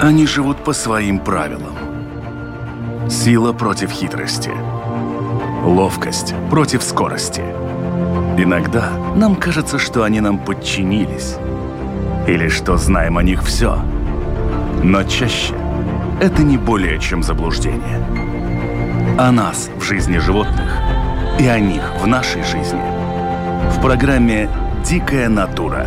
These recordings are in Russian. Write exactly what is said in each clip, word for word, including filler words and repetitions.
Они живут по своим правилам. Сила против хитрости. Ловкость против скорости. Иногда нам кажется, что они нам подчинились. Или что знаем о них все. Но чаще это не более чем заблуждение. О нас в жизни животных и о них в нашей жизни. В программе «Дикая натура».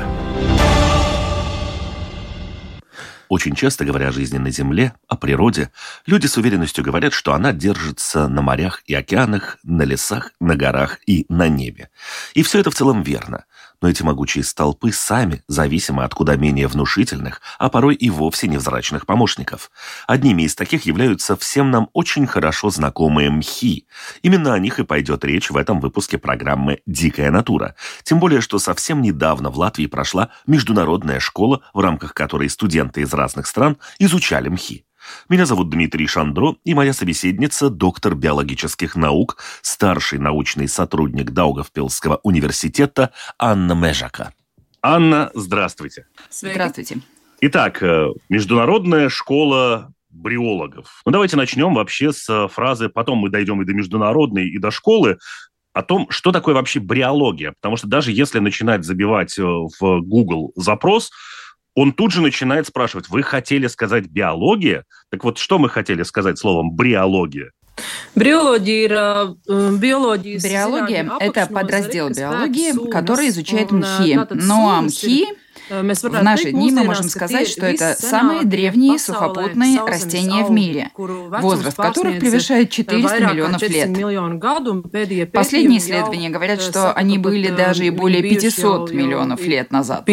Очень часто, говоря о жизни на Земле, о природе, люди с уверенностью говорят, что она держится на морях и океанах, на лесах, на горах и на небе. И все это в целом верно. Но эти могучие столпы сами зависимы от куда менее внушительных, а порой и вовсе невзрачных помощников. Одними из таких являются всем нам очень хорошо знакомые мхи. Именно о них и пойдет речь в этом выпуске программы «Дикая натура». Тем более, что совсем недавно в Латвии прошла международная школа, в рамках которой студенты из разных стран изучали мхи. Меня зовут Дмитрий Шандро, и моя собеседница – доктор биологических наук, старший научный сотрудник Даугавпилсского университета Анна Межака. Анна, здравствуйте. Здравствуйте. Итак, международная школа бриологов. Ну, давайте начнем вообще с фразы, потом мы дойдем и до международной, и до школы, о том, что такое вообще бриология. Потому что даже если начинать забивать в Google запрос, он тут же начинает спрашивать: вы хотели сказать биология? Так вот, что мы хотели сказать словом бриология? Биология – это подраздел биологии, который изучает мхи. Ну а мхи, в наши дни мы можем сказать, что это самые древние сухопутные растения в мире, возраст которых превышает четыреста миллионов лет. Последние исследования говорят, что они были даже и более пятьсот миллионов лет назад.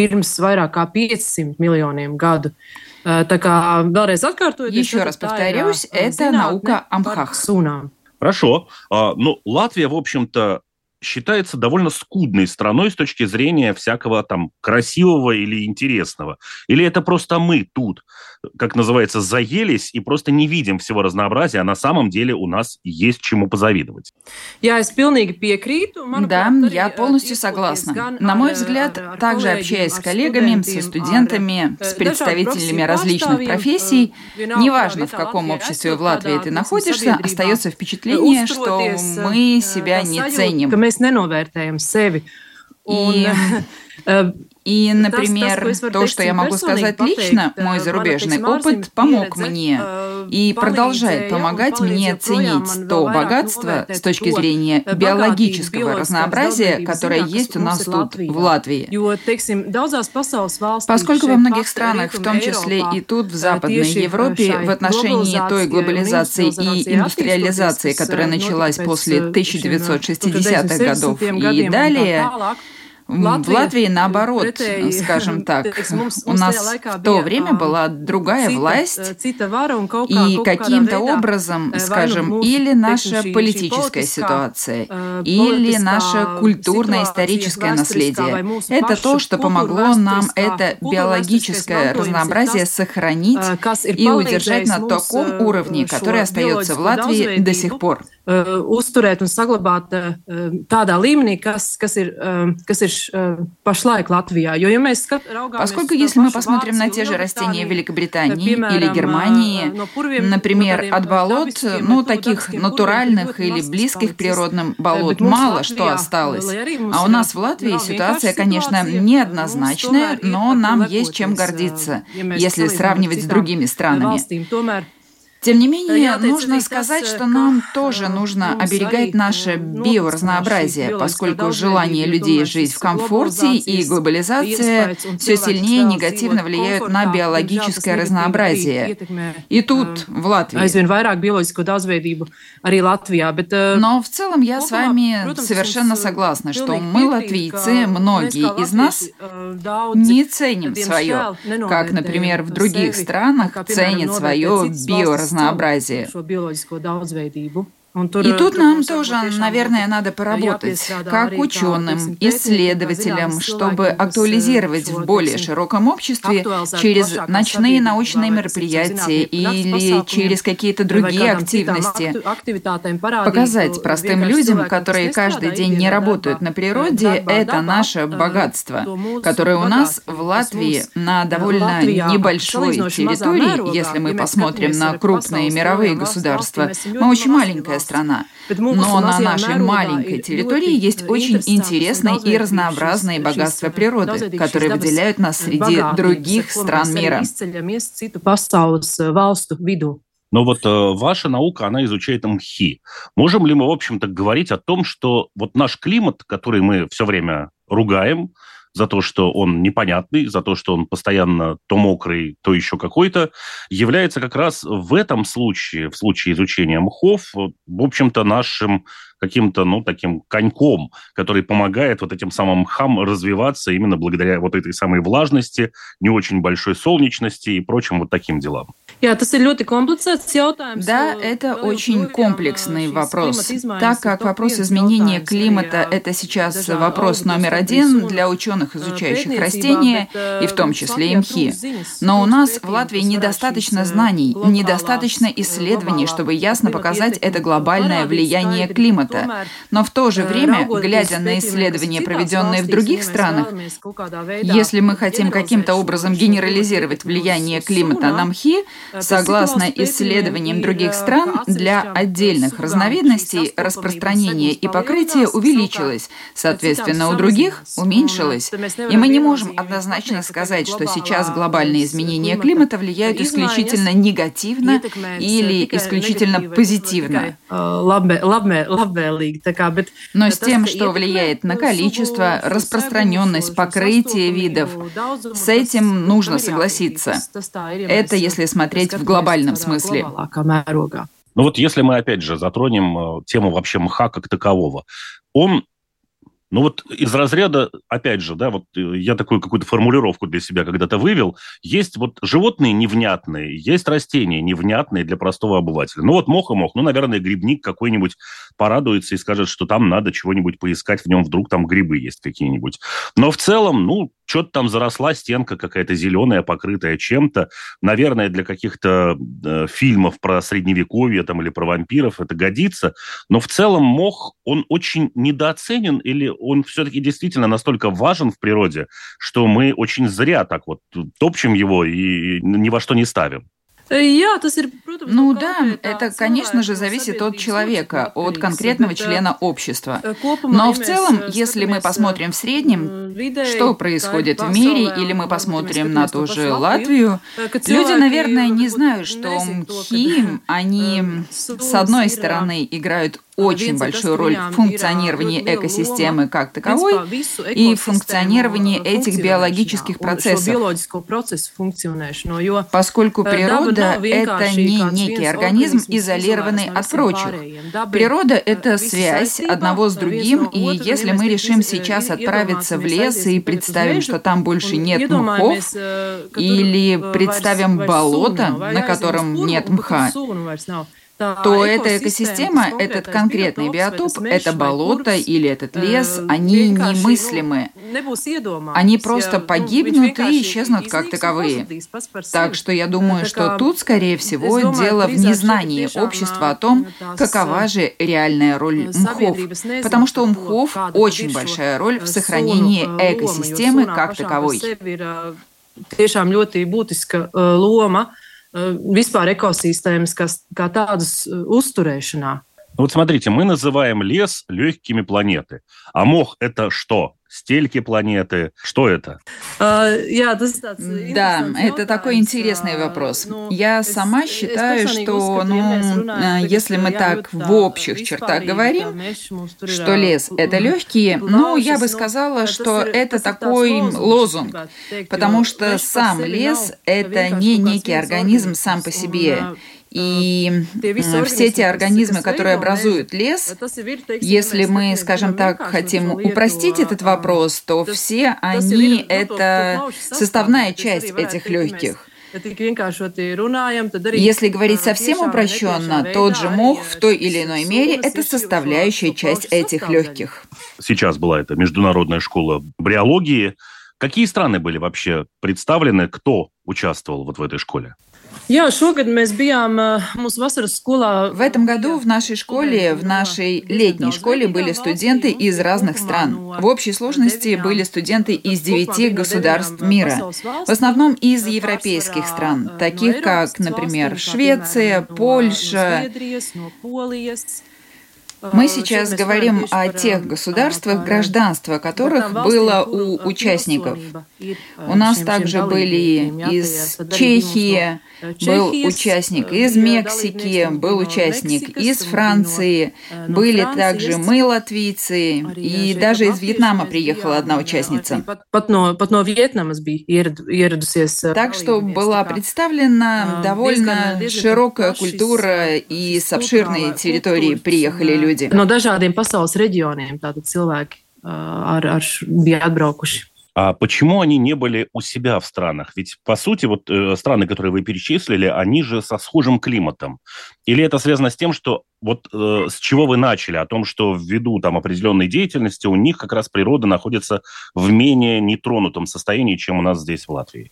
Еще раз повторюсь, это наука о мхах. Хорошо. А, ну, Латвия, в общем-то, считается довольно скудной страной с точки зрения всякого там красивого или интересного. Или это просто мы тут, как называется, заелись и просто не видим всего разнообразия, а на самом деле у нас есть чему позавидовать. Да, я полностью согласна. На мой взгляд, также общаясь с коллегами, со студентами, с представителями различных профессий, неважно, в каком обществе в Латвии ты находишься, остается впечатление, что мы себя не ценим. И, и, например, то, что я могу сказать лично, мой зарубежный опыт помог мне и продолжает помогать мне ценить то богатство с точки зрения биологического разнообразия, которое есть у нас тут, в Латвии. Поскольку во многих странах, в том числе и тут, в Западной Европе, в отношении той глобализации и индустриализации, которая началась после тысяча девятьсот шестидесятых годов и далее, в Латвии, наоборот, скажем так, у нас в то время была другая власть, и каким-то образом, скажем, или наша политическая ситуация, или наше культурно-историческое наследие. Это то, что помогло нам это биологическое разнообразие сохранить и удержать на таком уровне, который остается в Латвии до сих пор. Uzturēt un saglabāt tādā līmenī, kas, kas ir, kas ir pašlaik Латвijā. Поскольку если мы посмотрим на те же растения Великобритании или Германии, например, от болот, ну, таких натуральных или близких к природным болот, мало что осталось. А у нас в Латвии ситуация, конечно, неоднозначная, но нам есть чем гордиться, если сравнивать с другими странами. Тем не менее, нужно сказать, что нам тоже нужно оберегать наше биоразнообразие, поскольку желание людей жить в комфорте и глобализация все сильнее негативно влияют на биологическое разнообразие. И тут, в Латвии. Но в целом я с вами совершенно согласна, что мы, латвийцы, многие из нас не ценим свое, как, например, в других странах ценят свое биоразнообразие. И тут нам тоже, наверное, надо поработать, как ученым, исследователям, чтобы актуализировать в более широком обществе через ночные научные мероприятия или через какие-то другие активности, показать простым людям, которые каждый день не работают на природе, это наше богатство, которое у нас в Латвии на довольно небольшой территории, если мы посмотрим на крупные мировые государства, мы очень маленькая страна. Но на нашей маленькой территории есть очень интересные и разнообразные богатства природы, которые выделяют нас среди других стран мира. Но вот э, ваша наука, она изучает мхи. Можем ли мы, в общем-то, говорить о том, что вот наш климат, который мы все время ругаем, за то, что он непонятный, за то, что он постоянно то мокрый, то еще какой-то, является как раз в этом случае, в случае изучения мхов, в общем-то, нашим каким-то, ну, таким коньком, который помогает вот этим самым мхам развиваться именно благодаря вот этой самой влажности, не очень большой солнечности и прочим вот таким делам. Да, это очень комплексный вопрос, так как вопрос изменения климата – это сейчас вопрос номер один для ученых, изучающих растения, и в том числе и мхи. Но у нас в Латвии недостаточно знаний, недостаточно исследований, чтобы ясно показать это глобальное влияние климата. Но в то же время, глядя на исследования, проведенные в других странах, если мы хотим каким-то образом генерализировать влияние климата на мхи, согласно исследованиям других стран, для отдельных разновидностей распространение и покрытие увеличилось, соответственно, у других уменьшилось. И мы не можем однозначно сказать, что сейчас глобальные изменения климата влияют исключительно негативно или исключительно позитивно. Но с тем, что влияет на количество, распространенность, покрытие видов, с этим нужно согласиться. Это если смотреть в глобальном смысле. Ну вот если мы опять же затронем тему вообще мха как такового, он Ну вот из разряда, опять же, да, вот я такую какую-то формулировку для себя когда-то вывел, есть вот животные невнятные, есть растения невнятные для простого обывателя. Ну вот мох и мох, ну, наверное, грибник какой-нибудь порадуется и скажет, что там надо чего-нибудь поискать, в нем вдруг там грибы есть какие-нибудь. Но в целом, ну, что-то там заросла стенка какая-то зеленая, покрытая чем-то. Наверное, для каких-то э, фильмов про средневековье там, или про вампиров это годится. Но в целом мох, он очень недооценен или он все-таки действительно настолько важен в природе, что мы очень зря так вот топчем его и ни во что не ставим. Ну да, это, конечно же, зависит от человека, от конкретного члена общества. Но в целом, если мы посмотрим в среднем, что происходит в мире, или мы посмотрим на ту же Латвию, люди, наверное, не знают, что мхи, они, с одной стороны, играют очень большую роль в функционировании экосистемы как таковой и в функционировании этих биологических процессов. Поскольку природа – это не некий организм, изолированный от прочих. Природа – это связь одного с другим, и если мы решим сейчас отправиться в лес и представим, что там больше нет мхов, или представим болото, на котором нет мха, то эта экосистема, этот конкретный биотоп, это болото или этот лес, они немыслимы. Они просто погибнут и исчезнут как таковые. Так что я думаю, что тут, скорее всего, дело в незнании общества о том, какова же реальная роль мхов. Потому что у мхов очень большая роль в сохранении экосистемы как таковой. Vispār ekosistēmas kā, kā tādas uzturēšanā. Вот смотрите, мы называем лес легкими планеты. А мох – это что? Стельки планеты? Что это? Да, это такой интересный вопрос. Я сама считаю, что, ну, если мы так в общих чертах говорим, что лес – это легкие, ну, я бы сказала, что это такой лозунг, потому что сам лес – это не некий организм сам по себе. И все те организмы, которые образуют лес, если мы, скажем так, хотим упростить этот вопрос, то все они – это составная часть этих легких. Если говорить совсем упрощенно, тот же мох в той или иной мере – это составляющая часть этих легких. Сейчас была эта международная школа бриологии. Какие страны были вообще представлены? Кто участвовал вот в этой школе? В этом году в нашей школе, в нашей летней школе были студенты из разных стран. В общей сложности были студенты из девяти государств мира. В основном из европейских стран, таких как, например, Швеция, Польша. Мы сейчас говорим о тех государствах, гражданство которых было у участников. У нас также были из Чехии, был участник из Мексики, был участник из Франции, были также мы, латвийцы, и даже из Вьетнама приехала одна участница. Так что была представлена довольно широкая культура, и с обширной территории приехали люди. No dažādiem pasaules reģioniem tātad cilvēki ar, ar bija atbraukuši. А почему они не были у себя в странах? Ведь, по сути, вот э, страны, которые вы перечислили, они же со схожим климатом. Или это связано с тем, что вот э, с чего вы начали, о том, что ввиду там определенной деятельности у них как раз природа находится в менее нетронутом состоянии, чем у нас здесь, в Латвии?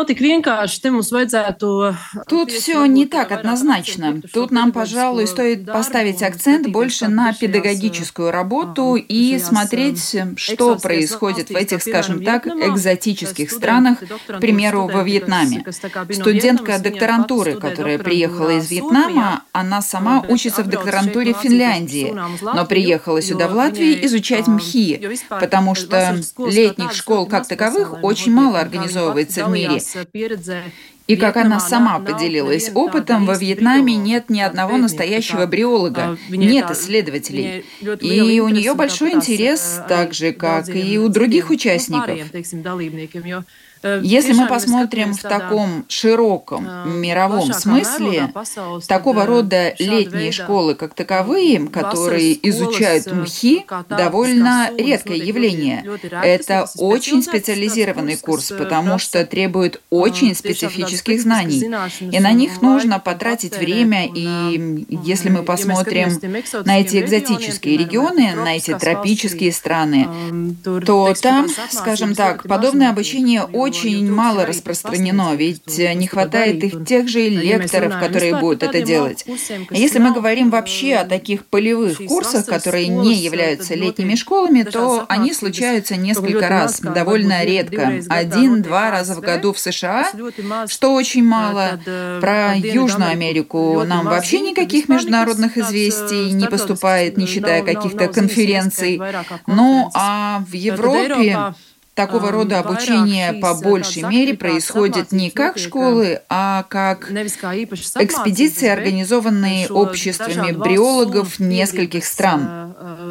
Тут все не так однозначно. Тут нам, пожалуй, стоит поставить акцент больше на педагогическую работу и смотреть, что происходит в этих, скажем так, экзотических странах, к примеру, во Вьетнаме. Студентка докторантуры, которая приехала из Вьетнама, она сама учится в докторантуре в Финляндии, но приехала сюда, в Латвию, изучать мхи, потому что летних школ как таковых очень мало организовывается в мире. И как она сама поделилась опытом, во Вьетнаме нет ни одного настоящего бриолога, нет исследователей. И у нее большой интерес, так же, как и у других участников. Если мы посмотрим в таком широком мировом смысле, такого рода летние школы как таковые, которые изучают мхи, довольно редкое явление. Это очень специализированный курс, потому что требует очень специфических знаний. И на них нужно потратить время, и если мы посмотрим на эти экзотические регионы, на эти тропические страны, то там, скажем так, подобное обучение очень очень мало распространено, ведь не хватает их тех же лекторов, которые будут это делать. А если мы говорим вообще о таких полевых курсах, которые не являются летними школами, то они случаются несколько раз, довольно редко, один-два раза в году в США, что очень мало. Про Южную Америку нам вообще никаких международных известий не поступает, не считая каких-то конференций. Ну а в Европе такого рода обучение по большей мере происходит не как школы, а как экспедиции, организованные обществами бриологов нескольких стран.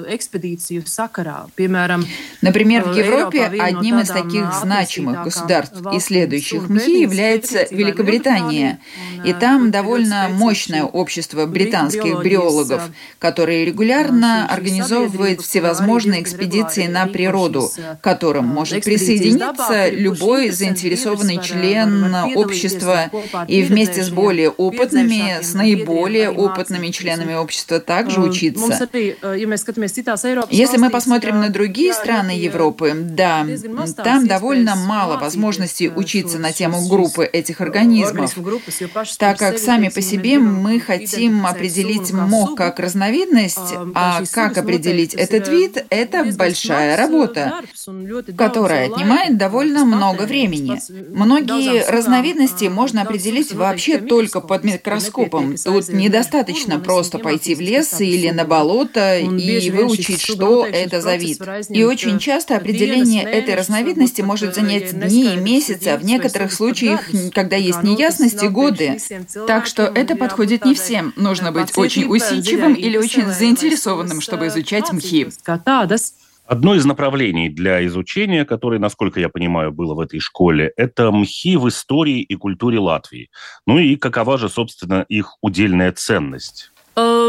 Например, в Европе одним из таких значимых государств, исследующих мхи, является Великобритания. И там довольно мощное общество британских бриологов, которые регулярно организовывают всевозможные экспедиции на природу, к которым может присоединиться любой заинтересованный член общества и вместе с более опытными, с наиболее опытными членами общества также учиться. Если мы посмотрим на другие страны Европы, да, там довольно мало возможностей учиться на тему группы этих организмов, так как сами по себе мы хотим определить мох как разновидность, а как определить этот вид – это большая работа, которая отнимает довольно много времени. Многие разновидности можно определить вообще только под микроскопом. Тут недостаточно просто пойти в лес или на болото и выучить, что это за вид. И очень часто определение этой разновидности может занять дни и месяцы, а в некоторых случаях, когда есть неясности, годы. Так что это подходит не всем. Нужно быть очень усидчивым или очень заинтересованным, чтобы изучать мхи. Одно из направлений для изучения, которое, насколько я понимаю, было в этой школе, это мхи в истории и культуре Латвии. Ну и какова же, собственно, их удельная ценность?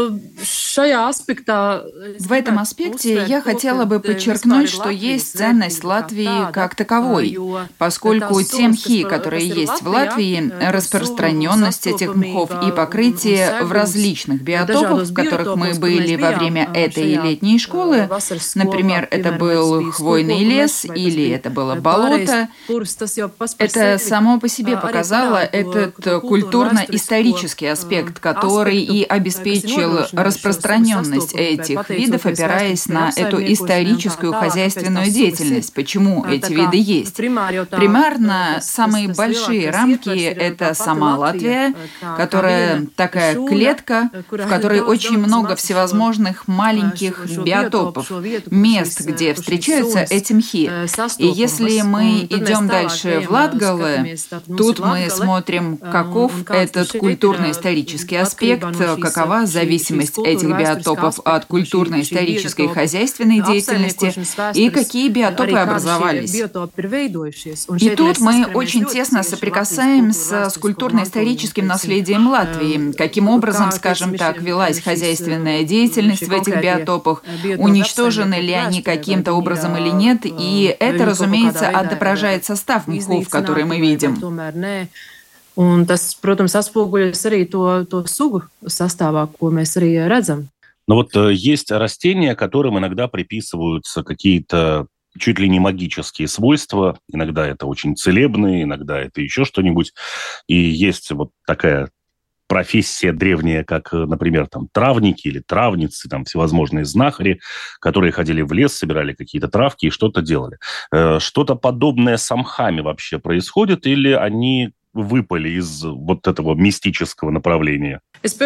В этом аспекте я хотела бы подчеркнуть, что есть ценность Латвии как таковой, поскольку те мхи, которые есть в Латвии, распространенность этих мхов и покрытие в различных биотопах, в которых мы были во время этой летней школы, например, это был хвойный лес или это было болото, это само по себе показало этот культурно-исторический аспект, который и обеспечил распространенность этих видов, опираясь на эту историческую хозяйственную деятельность. Почему эти виды есть? Примарно самые большие рамки – это сама Латвия, которая такая клетка, в которой очень много всевозможных маленьких биотопов, мест, где встречаются эти мхи. И если мы идем дальше в Латгале, тут мы смотрим, каков этот культурно-исторический аспект, какова зависимость этих биотопов от культурно-исторической и хозяйственной деятельности и какие биотопы образовались. И тут мы очень тесно соприкасаемся с культурно-историческим наследием Латвии. Каким образом, скажем так, велась хозяйственная деятельность в этих биотопах, уничтожены ли они каким-то образом или нет, и это, разумеется, отображает состав мхов, которые мы видим. Un tas, protams, atspoguļojas arī to, to sugu sastāvā, ko mēs arī redzam. Но вот есть растения, которым иногда приписываются какие-то чуть ли не магические свойства. Иногда это очень целебные, иногда это еще что-нибудь. И есть вот такая профессия древняя, как, например, там, травники или травницы, там, всевозможные знахари, которые ходили в лес, собирали какие-то травки и что-то делали. Что-то подобное с мхами вообще происходит, или они выпали из вот этого мистического направления?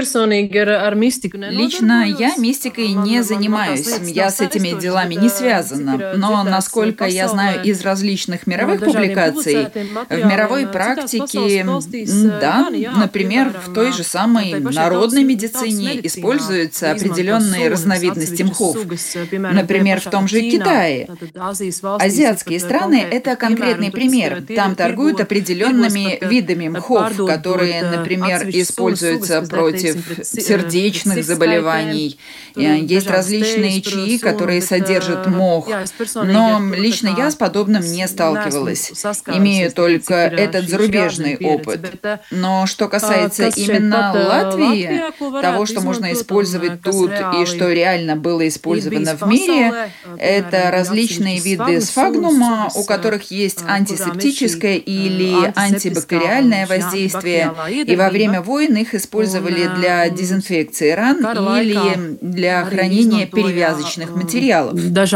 Лично я мистикой не занимаюсь, я с этими делами не связана, но, насколько я знаю из различных мировых публикаций, в мировой практике, да, например, в той же самой народной медицине используются определенные разновидности мхов. Например, в том же Китае. Азиатские страны – это конкретный пример. Там торгуют определенными видами мхов, которые, например, используются против сердечных заболеваний. Есть различные чаи, которые содержат мох. Но лично я с подобным не сталкивалась. Имею только этот зарубежный опыт. Но что касается именно Латвии, того, что можно использовать тут и что реально было использовано в мире, это различные виды сфагнума, у которых есть антисептическое или антибактериальное воздействие, и во время войн их использовали для дезинфекции ран или для хранения перевязочных материалов.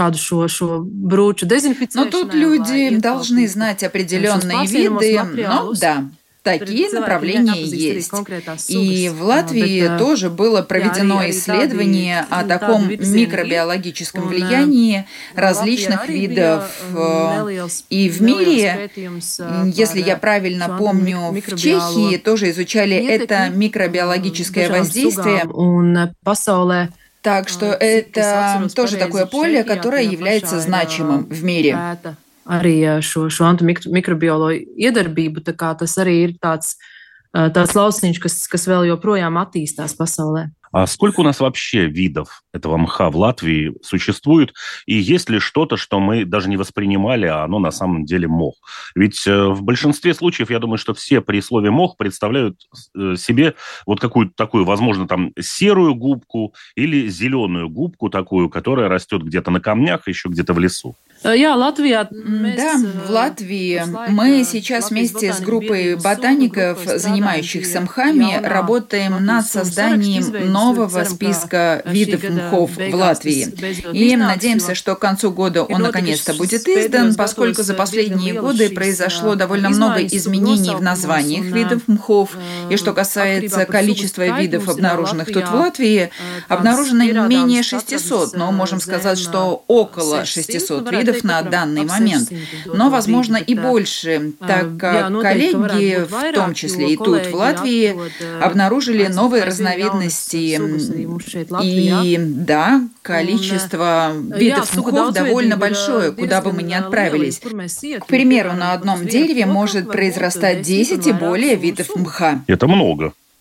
Но тут люди должны знать определенные виды, но да. Такие направления есть. И в Латвии тоже было проведено исследование о таком микробиологическом влиянии различных видов. И в мире, если я правильно помню, в Чехии тоже изучали это микробиологическое воздействие. Так что это тоже такое поле, которое является значимым в мире. Arī šo, šo antimikrobiolo iedarbību, tā kā tas arī ir tāds, tāds lauciņš, kas, kas vēl joprojām attīstās pasaulē. А сколько у нас вообще видов этого мха в Латвии существует? И есть ли что-то, что мы даже не воспринимали, а оно на самом деле мох? Ведь в большинстве случаев, я думаю, что все при слове мох представляют себе вот какую-то такую, возможно, там серую губку или зеленую губку такую, которая растет где-то на камнях, еще где-то в лесу. Jā, Латвijā. Да, в Латвии мы сейчас вместе с группой ботаников, занимающихся мхами, работаем над созданием нового списка видов мхов в Латвии. И надеемся, что к концу года он наконец-то будет издан, поскольку за последние годы произошло довольно много изменений в названиях видов мхов. И что касается количества видов, обнаруженных тут в Латвии, обнаружено менее шестисот, но можем сказать, что около шестисот видов на данный момент, но, возможно, и больше, так как коллеги, в том числе и тут, в Латвии, обнаружили новые разновидности. И, да, количество видов мхов довольно большое, куда бы мы ни отправились. К примеру, на одном дереве может произрастать десять и более видов мха. Это много.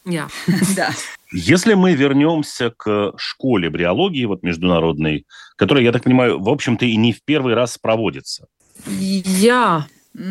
Да. Если мы вернемся к школе бриологии, вот международной, которая, я так понимаю, в общем-то и не в первый раз проводится. Я...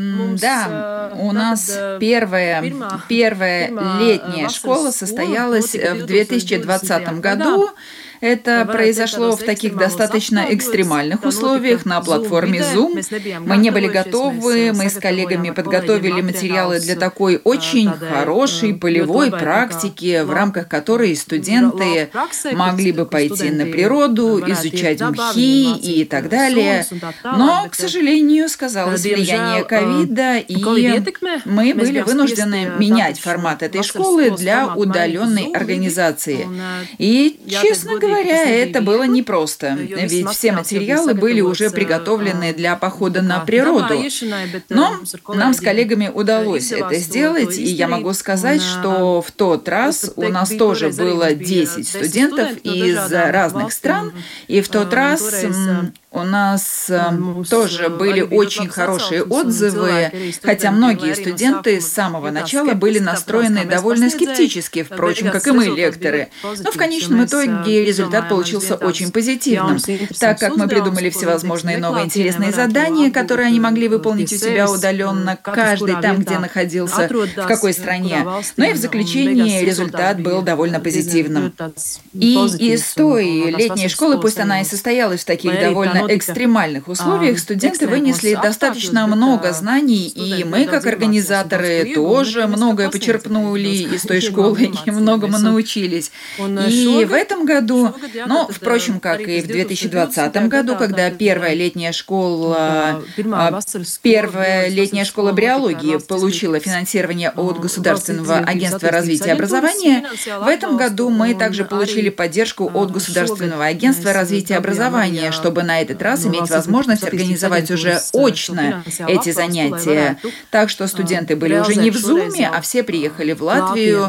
Да, у нас первая, первая летняя школа состоялась в две тысячи двадцатом году. Это произошло в таких достаточно экстремальных условиях на платформе Zoom. Мы не были готовы, мы с коллегами подготовили материалы для такой очень хорошей полевой практики, в рамках которой студенты могли бы пойти на природу, изучать мхи и так далее. Но, к сожалению, сказалось влияние ковида, и мы были вынуждены менять формат этой школы для удаленной организации. И, честно говоря, Говоря, это было непросто, ведь все материалы были уже приготовлены для похода на природу. Но нам с коллегами удалось это сделать, и я могу сказать, что в тот раз у нас тоже было десять студентов из разных стран, и в тот раз у нас тоже были очень хорошие отзывы, хотя многие студенты с самого начала были настроены довольно скептически, впрочем, как и мы, лекторы. Но в конечном итоге результат получился очень позитивным, так как мы придумали всевозможные новые интересные задания, которые они могли выполнить у себя удаленно, каждый там, где находился, в какой стране. Но и в заключении результат был довольно позитивным. И из той летней школы, пусть она и состоялась в таких довольно экстремальных условиях, студенты вынесли достаточно много знаний, и мы, как организаторы, тоже многое почерпнули из той школы и многому научились. И в этом году, ну, впрочем, как и в две тысячи двадцатом году, когда первая летняя школа, первая летняя школа бриологии получила финансирование от Государственного агентства развития образования, в этом году мы также получили поддержку от Государственного агентства развития образования, чтобы на этот раз иметь возможность организовать уже очно эти занятия. Так что студенты были уже не в Зуме, а все приехали в Латвию,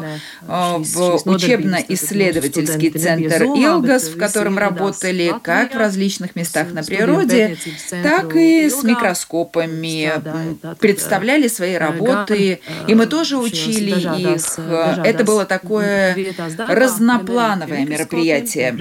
в учебно-исследовательский центр «Илгас», в котором работали как в различных местах на природе, так и с микроскопами, представляли свои работы, и мы тоже учили их. Это было такое разноплановое мероприятие.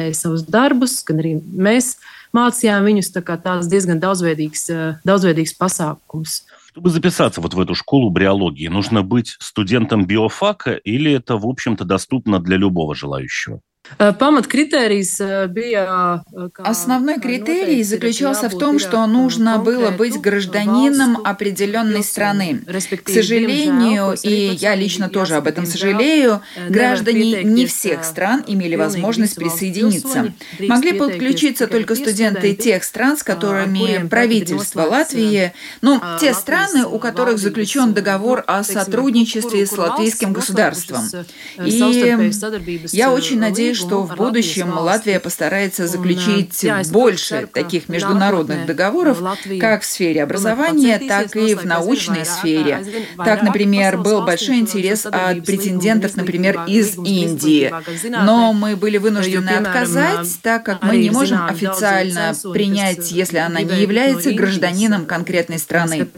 Mācījām viņus, tā kā tās diezgan daudzveidīgs, daudzveidīgs pasākums. Чтобы записаться вот в эту школу бриологии, нужно быть студентом биофака или это, в общем-то, доступно для любого желающего? Основной критерий заключался в том, что нужно было быть гражданином определенной страны. К сожалению, и я лично тоже об этом сожалею, граждане не всех стран имели возможность присоединиться. Могли подключиться только студенты тех стран, с которыми правительство Латвии, ну, те страны, у которых заключен договор о сотрудничестве с латвийским государством. И я очень надеюсь, что в будущем Латвия постарается заключить больше таких международных договоров, как в сфере образования, так и в научной сфере. Так, например, был большой интерес от претендентов, например, из Индии. Но мы были вынуждены отказать, так как мы не можем официально принять, если она не является гражданином конкретной страны.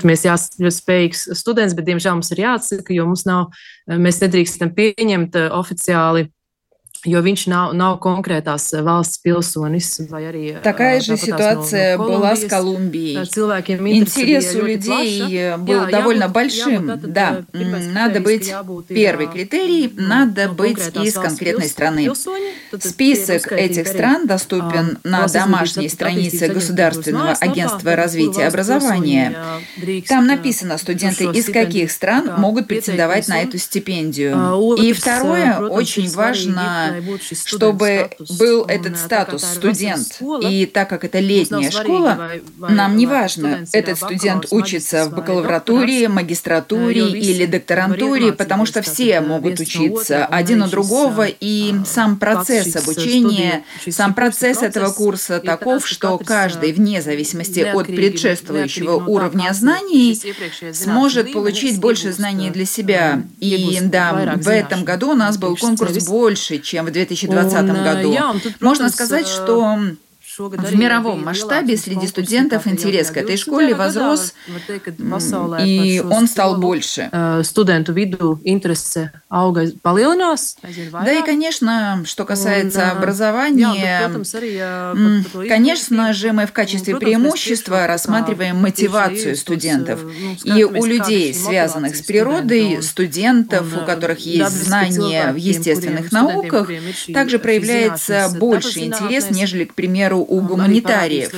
Jo viņš nav, nav konkrētās valsts pilsonis. Такая же ситуация была с Колумбией. Интерес у людей был довольно большим. Да, надо быть, первый критерий, надо быть из конкретной страны. Список этих стран доступен на домашней странице Государственного агентства развития образования. Там написано, студенты из каких стран могут претендовать на эту стипендию. И второе, очень важно, чтобы был этот статус студент. И так как это летняя школа, нам не важно, этот студент учится в бакалавратуре, магистратуре или докторантуре, потому что все могут учиться один у другого, и сам процесс обучения, сам процесс этого курса таков, что каждый, вне зависимости от предшествующего уровня знаний, сможет получить больше знаний для себя. И да, в этом году у нас был конкурс больше, чем в две тысячи двадцатом году. Можно сказать, что В мировом масштабе среди студентов интерес к этой школе возрос, и он стал больше. Студенту виду интересе auga palielinās. Да и, конечно, что касается образования, конечно же, мы в качестве преимущества рассматриваем мотивацию студентов. И у людей, связанных с природой, студентов, у которых есть знания в естественных науках, также проявляется больше интерес, нежели, к примеру, у гуманитариев.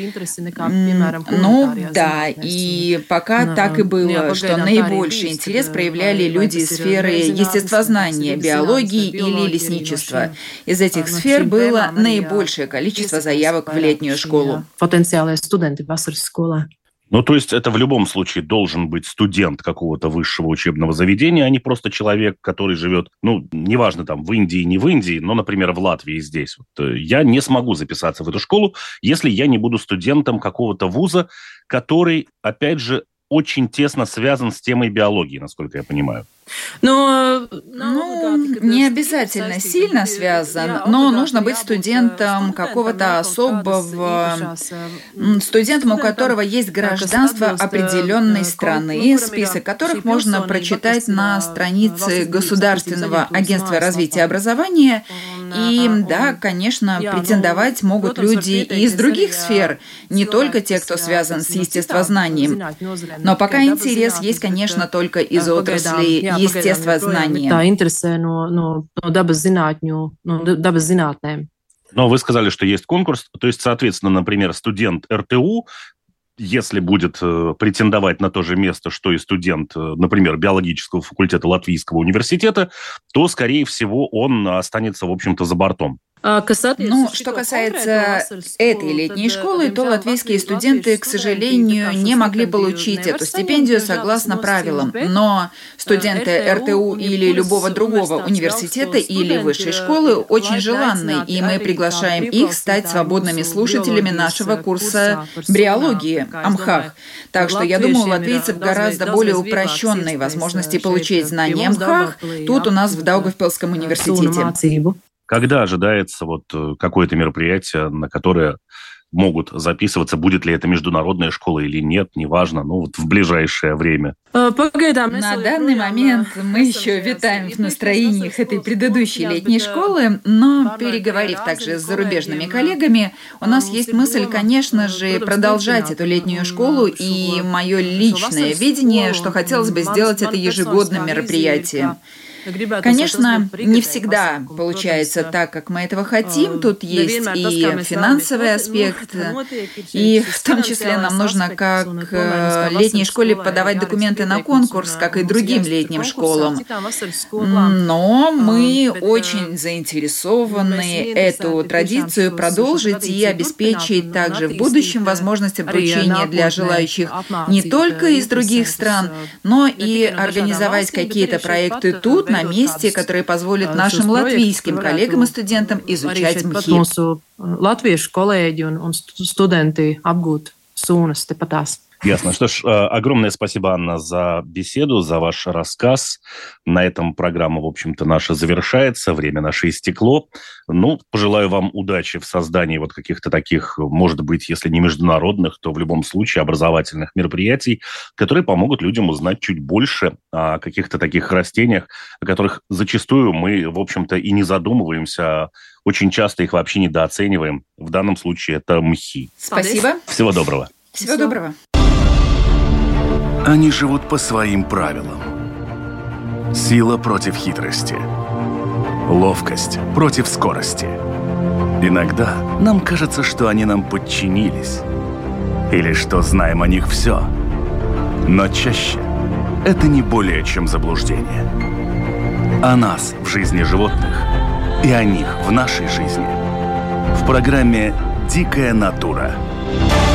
Ну да, и пока так и было, что наибольший интерес проявляли люди из сферы естествознания, биологии или лесничества. Из этих сфер было наибольшее количество заявок в летнюю школу. Потенциальные студенты в школе. Ну, то есть это в любом случае должен быть студент какого-то высшего учебного заведения, а не просто человек, который живет, ну, неважно, там, в Индии, не в Индии, но, например, в Латвии здесь. Вот, я не смогу записаться в эту школу, если я не буду студентом какого-то вуза, который, опять же, очень тесно связан с темой биологии, насколько я понимаю. Но, ну, не обязательно сильно связан, но нужно быть студентом какого-то особого, студентом, у которого есть гражданство определенной страны, список которых можно прочитать на странице Государственного агентства развития образования. И да, конечно, претендовать могут люди и из других сфер, не только те, кто связан с естествознанием. Но пока интерес есть, конечно, только из отрасли естествознания. Tā interesē no, no, no dabas zinātņu, no dabas zinātnēm. Но вы сказали, что есть конкурс, то есть, соответственно, например, студент эр тэ у, если будет э, претендовать на то же место, что и студент, э, например, биологического факультета Латвийского университета, то, скорее всего, он останется, в общем-то, за бортом. Ну, что касается этой летней школы, то латвийские студенты, к сожалению, не могли получить эту стипендию согласно правилам. Но студенты эр тэ у или любого другого университета или высшей школы очень желанны, и мы приглашаем их стать свободными слушателями нашего курса бриологии АМХАХ. Так что, я думаю, у латвийцев гораздо более упрощенные возможности получить знания АМХАХ тут у нас в Даугавпилском университете. Когда ожидается вот какое-то мероприятие, на которое могут записываться, будет ли это международная школа или нет, неважно, ну вот в ближайшее время? На данный момент мы еще витаем в настроениях этой предыдущей летней школы, но, переговорив также с зарубежными коллегами, у нас есть мысль, конечно же, продолжать эту летнюю школу, и мое личное видение, что хотелось бы сделать это ежегодным мероприятием. Конечно, не всегда получается так, как мы этого хотим. Тут есть и финансовый аспект, и в том числе нам нужно, как летней школе, подавать документы на конкурс, как и другим летним школам. Но мы очень заинтересованы эту традицию продолжить и обеспечить также в будущем возможность обучения для желающих не только из других стран, но и организовать какие-то проекты тут, на месте, которые позволят нашим латвийским коллегам и студентам изучать мхи. Латвiešu kolēģi un, un studenti apgūt sunas tepatās. Ясно. Что ж, огромное спасибо, Анна, за беседу, за ваш рассказ. На этом программа, в общем-то, наша завершается, время наше истекло. Ну, пожелаю вам удачи в создании вот каких-то таких, может быть, если не международных, то в любом случае образовательных мероприятий, которые помогут людям узнать чуть больше о каких-то таких растениях, о которых зачастую мы, в общем-то, и не задумываемся, очень часто их вообще недооцениваем. В данном случае это мхи. Спасибо. Всего доброго. Всего доброго. Они живут по своим правилам. Сила против хитрости. Ловкость против скорости. Иногда нам кажется, что они нам подчинились. Или что знаем о них все. Но чаще это не более чем заблуждение. О нас в жизни животных и о них в нашей жизни. В программе «Дикая натура».